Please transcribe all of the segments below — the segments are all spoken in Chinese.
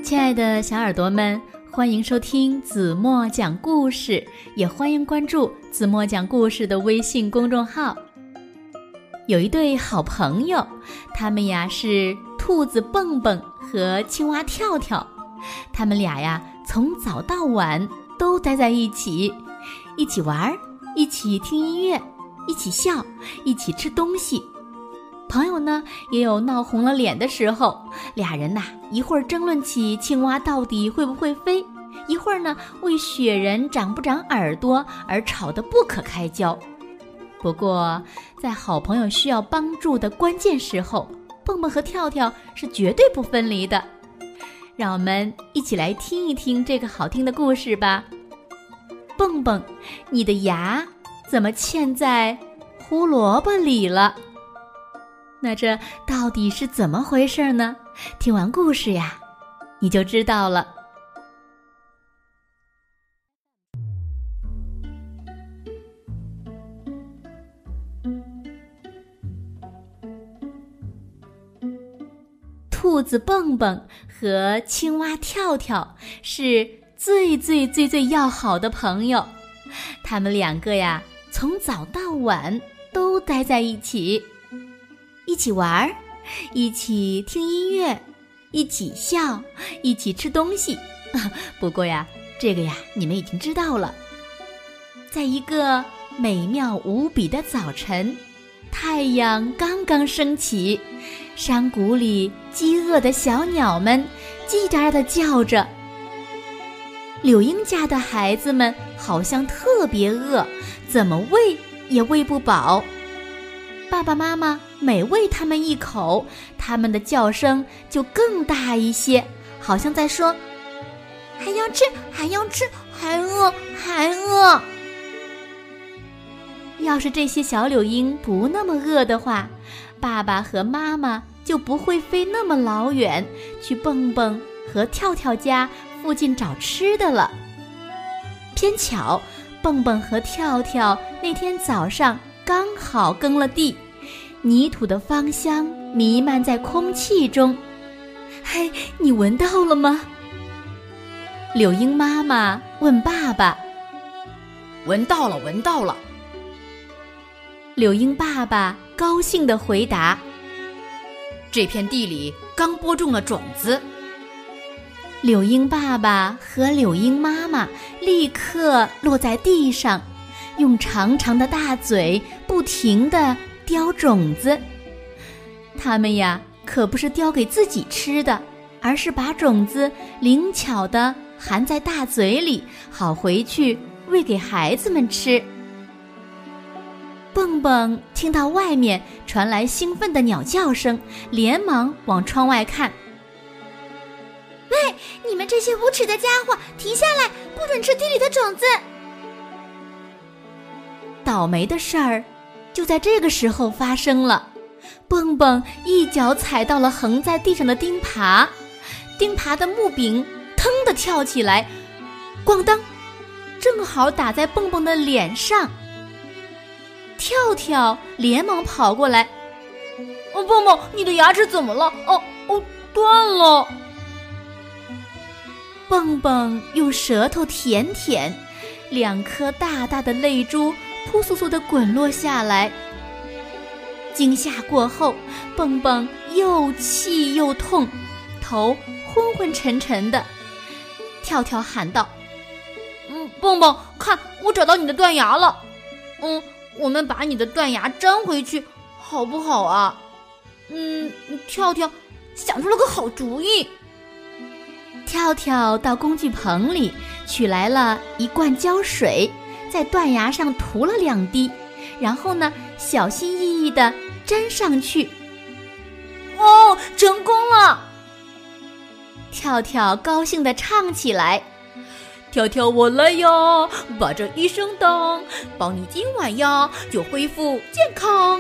亲爱的小耳朵们，欢迎收听子墨讲故事，也欢迎关注子墨讲故事的微信公众号。有一对好朋友，他们呀是兔子蹦蹦和青蛙跳跳，他们俩呀从早到晚都待在一起，一起玩，一起听音乐，一起笑，一起吃东西。朋友呢也有闹红了脸的时候，俩人呐一会儿争论起青蛙到底会不会飞，一会儿呢为雪人长不长耳朵而吵得不可开交。不过在好朋友需要帮助的关键时候，蹦蹦和跳跳是绝对不分离的。让我们一起来听一听这个好听的故事吧。蹦蹦，你的牙怎么嵌在胡萝卜里了？那这到底是怎么回事呢？听完故事呀，你就知道了。兔子蹦蹦和青蛙跳跳是最要好的朋友，他们两个呀，从早到晚都待在一起。一起玩，一起听音乐，一起笑，一起吃东西。不过呀，这个呀，你们已经知道了。在一个美妙无比的早晨，太阳刚刚升起，山谷里饥饿的小鸟们叽喳喳地叫着。柳英家的孩子们好像特别饿，怎么喂也喂不饱。爸爸妈妈每喂他们一口，他们的叫声就更大一些，好像在说还要吃，还要吃，还饿，还饿。要是这些小柳莺不那么饿的话，爸爸和妈妈就不会飞那么老远去蹦蹦和跳跳家附近找吃的了。偏巧蹦蹦和跳跳那天早上刚好耕了地，泥土的芳香弥漫在空气中。嘿，你闻到了吗？柳莺妈妈问爸爸。 闻到了，闻到了。 柳莺爸爸高兴地回答， 这片地里刚播种了种子。 柳莺爸爸和柳莺妈妈立刻落在地上，用长长的大嘴不停地叼种子。他们呀可不是叼给自己吃的，而是把种子灵巧地含在大嘴里，好回去喂给孩子们吃。蹦蹦听到外面传来兴奋的鸟叫声，连忙往窗外看。喂，你们这些无耻的家伙，停下来，不准吃地里的种子！倒霉的事儿就在这个时候发生了，蹦蹦一脚踩到了横在地上的钉耙，钉耙的木柄腾地跳起来，咣当，正好打在蹦蹦的脸上。跳跳连忙跑过来，蹦蹦，你的牙齿怎么了？断了。蹦蹦用舌头舔舔，两颗大大的泪珠扑簌簌地滚落下来。惊吓过后，蹦蹦又气又痛，头昏昏沉沉的。跳跳喊道：蹦蹦，看，我找到你的断牙了。我们把你的断牙粘回去好不好啊？跳跳想出了个好主意。跳跳到工具棚里取来了一罐胶水，在断牙上涂了2滴，然后呢小心翼翼地粘上去。成功了！跳跳高兴地唱起来，跳跳我来呀，把这一声当，帮你今晚呀就恢复健康。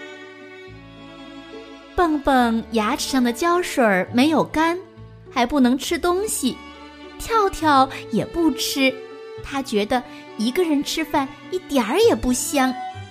蹦蹦牙齿上的胶水没有干，还不能吃东西，跳跳也不吃，他觉得一个人吃饭一点儿也不香。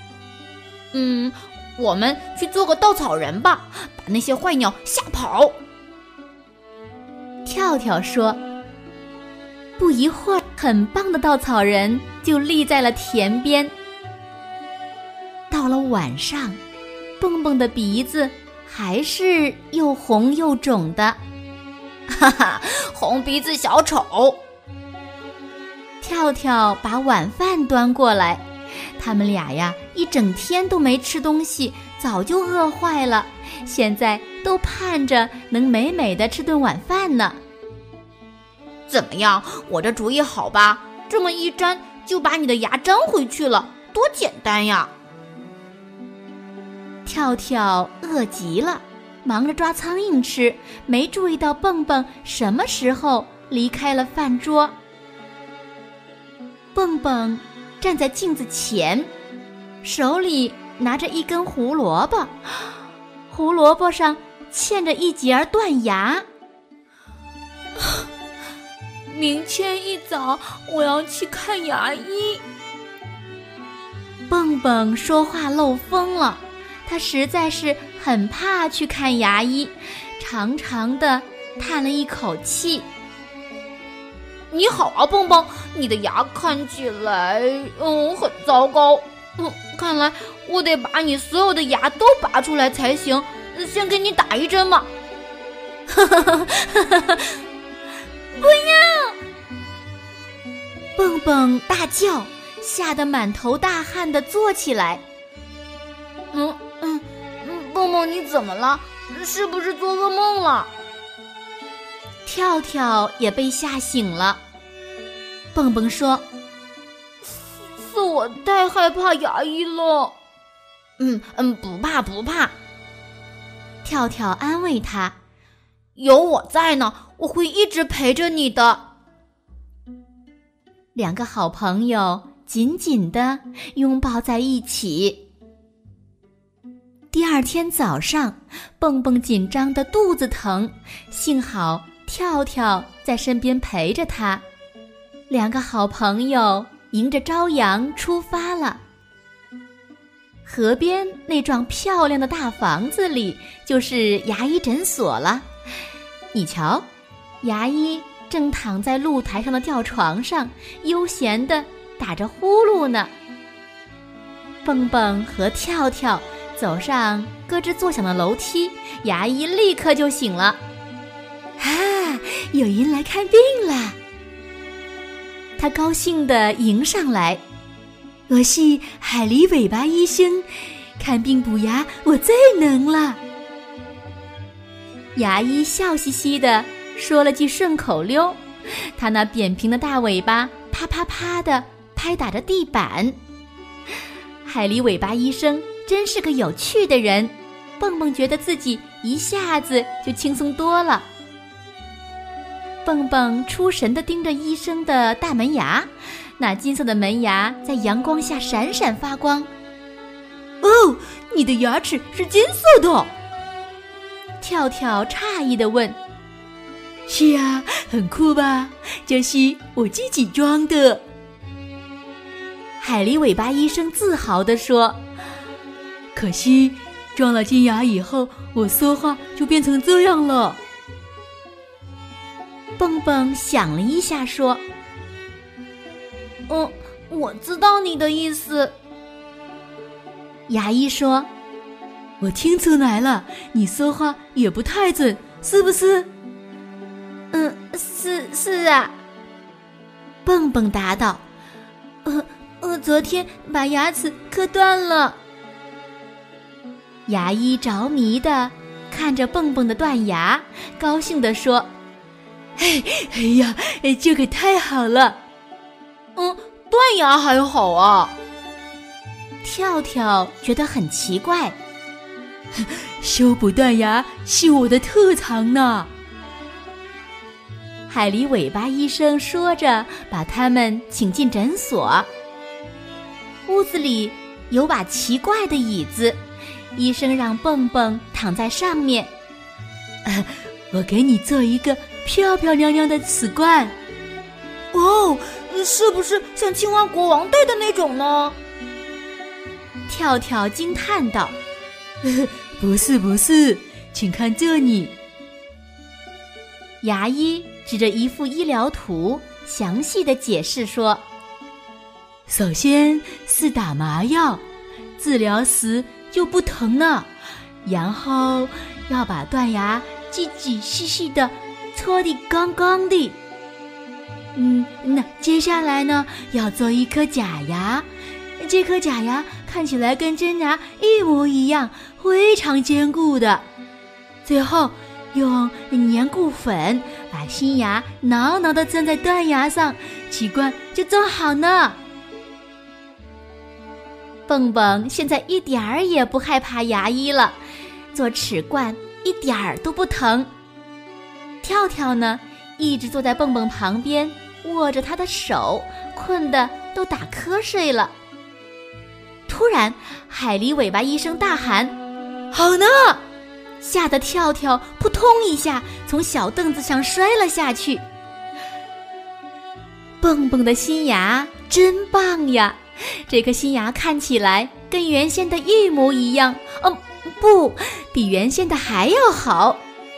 我们去做个稻草人吧，把那些坏鸟吓跑。 跳跳说。不一会儿，很棒的稻草人就立在了田边。到了晚上，蹦蹦的鼻子还是又红又肿的。 哈哈，红鼻子小丑。 跳跳把晚饭端过来，他们俩呀，一整天都没吃东西，早就饿坏了，现在都盼着能美美的吃顿晚饭呢。 怎么样，我这主意好吧？这么一粘就把你的牙粘回去了，多简单呀！ 跳跳饿极了，忙着抓苍蝇吃，没注意到蹦蹦什么时候离开了饭桌。蹦蹦站在镜子前，手里拿着一根胡萝卜，胡萝卜上嵌着一截断牙。 明天一早我要去看牙医。 蹦蹦说话漏风了，他实在是很怕去看牙医，长长的叹了一口气。 你好啊，蹦蹦，你的牙看起来很糟糕。看来我得把你所有的牙都拔出来才行。先给你打一针嘛。 不要！蹦蹦大叫，吓得满头大汗地坐起来。 蹦蹦，你怎么了？是不是做噩梦了？ 跳跳也被吓醒了。蹦蹦说：“ 是我太害怕牙医了。”不怕不怕。 跳跳安慰他：“ 有我在呢，我会一直陪着你的。” 两个好朋友紧紧地拥抱在一起。第二天早上，蹦蹦紧张得肚子疼，幸好跳跳在身边陪着他。两个好朋友迎着朝阳出发了。河边那幢漂亮的大房子里就是牙医诊所了。你瞧，牙医正躺在露台上的吊床上，悠闲地打着呼噜呢。蹦蹦和跳跳走上咯吱作响的楼梯，牙医立刻就醒了。有人来看病了！他高兴地迎上来。我是海狸尾巴医生，看病补牙我最能了。牙医笑嘻嘻地说了句顺口溜，他那扁平的大尾巴啪啪啪地拍打着地板。海狸尾巴医生真是个有趣的人，蹦蹦觉得自己一下子就轻松多了。蹦蹦出神地盯着医生的大门牙，那金色的门牙在阳光下闪闪发光。哦，你的牙齿是金色的！跳跳诧异地问。是啊，很酷吧？这是我自己装的。海狸尾巴医生自豪地说。可惜装了金牙以后，我说话就变成这样了。蹦蹦想了一下说： 我知道你的意思。 牙医说：我听出来了，你说话也不太准，是不是？ 是啊。 蹦蹦答道：我昨天把牙齿磕断了。牙医着迷地看着蹦蹦的断牙，高兴地说：哎呀，这可太好了。 断牙还好啊。 跳跳觉得很奇怪。修补断牙是我的特长呢。海狸尾巴医生说着，把他们请进诊所。屋子里有把奇怪的椅子，医生让蹦蹦躺在上面。我给你做一个漂漂亮亮的齿冠。 哦，是不是像青蛙国王戴的那种呢？ 跳跳惊叹道。不是，请看这里。 牙医指着一幅医疗图，详细地解释说：首先是打麻药，治疗时就不疼了，然后要把断牙仔仔细细地搓得刚刚的。那接下来呢，要做一颗假牙，这颗假牙看起来跟真牙一模一样，非常坚固的。最后用粘固粉把新牙牢牢地粘在断牙上，器官就做好呢。蹦蹦现在一点儿也不害怕牙医了，做齿冠一点儿都不疼。跳跳呢，一直坐在蹦蹦旁边，握着他的手，困得都打瞌睡了。突然，海狸尾巴医生大喊：好呢！吓得跳跳扑通一下从小凳子上摔了下去。蹦蹦的新牙真棒呀，这颗新牙看起来跟原先的一模一样，不，比原先的还要好。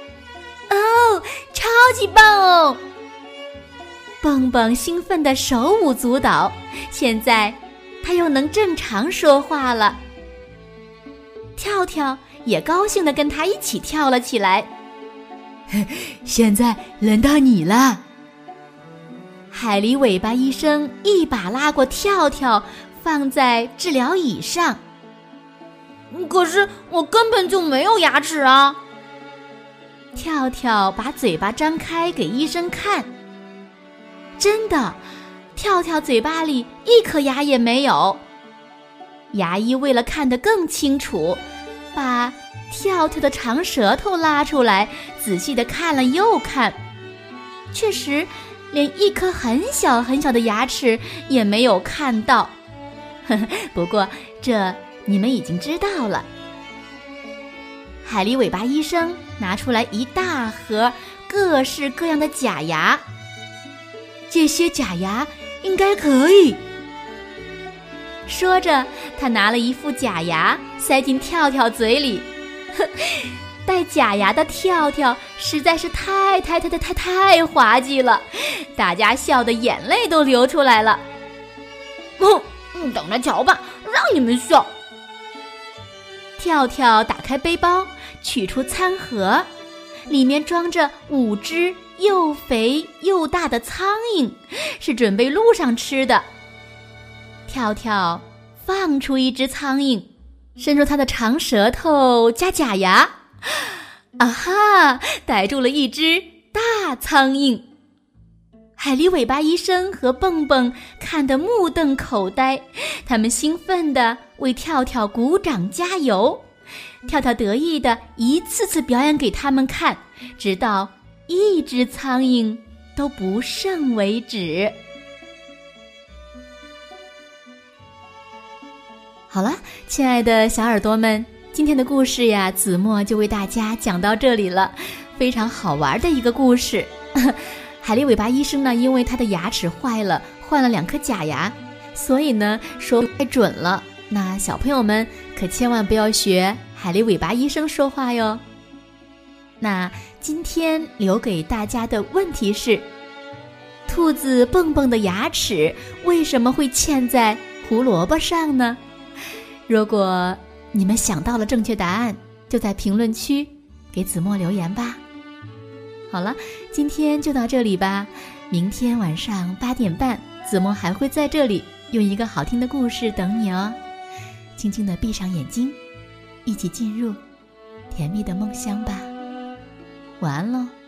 超级棒哦！蹦蹦兴奋地手舞足蹈，现在他又能正常说话了。跳跳也高兴地跟他一起跳了起来。现在轮到你了。海狸尾巴医生一把拉过跳跳，放在治疗椅上。 可是我根本就没有牙齿啊！ 跳跳把嘴巴张开给医生看。真的，跳跳嘴巴里一颗牙也没有。牙医为了看得更清楚，把跳跳的长舌头拉出来，仔细地看了又看，确实连一颗很小很小的牙齿也没有看到。不过这你们已经知道了。海狸尾巴医生拿出来一大盒各式各样的假牙，这些假牙应该可以。说着，他拿了一副假牙塞进跳跳嘴里。戴假牙的跳跳实在是太滑稽了，大家笑得眼泪都流出来了。 等着瞧吧，让你们笑。 跳跳打开背包，取出餐盒，里面装着5只又肥又大的苍蝇，是准备路上吃的。跳跳放出一只苍蝇，伸出他的长舌头加假牙，啊哈，逮住了一只大苍蝇。海狸尾巴医生和蹦蹦看得目瞪口呆，他们兴奋地为跳跳鼓掌加油。跳跳得意地一次次表演给他们看，直到一只苍蝇都不剩为止。好了，亲爱的小耳朵们，今天的故事呀，子墨就为大家讲到这里了，非常好玩的一个故事。海狸尾巴医生呢，因为他的牙齿坏了，换了2颗假牙，所以呢说不太准了。那小朋友们可千万不要学海狸尾巴医生说话哟。那今天留给大家的问题是，兔子蹦蹦的牙齿为什么会嵌在胡萝卜上呢？如果你们想到了正确答案，就在评论区给子墨留言吧。好了，今天就到这里吧。明天晚上8点半，子墨还会在这里用一个好听的故事等你哦。轻轻地闭上眼睛，一起进入甜蜜的梦乡吧。晚安喽。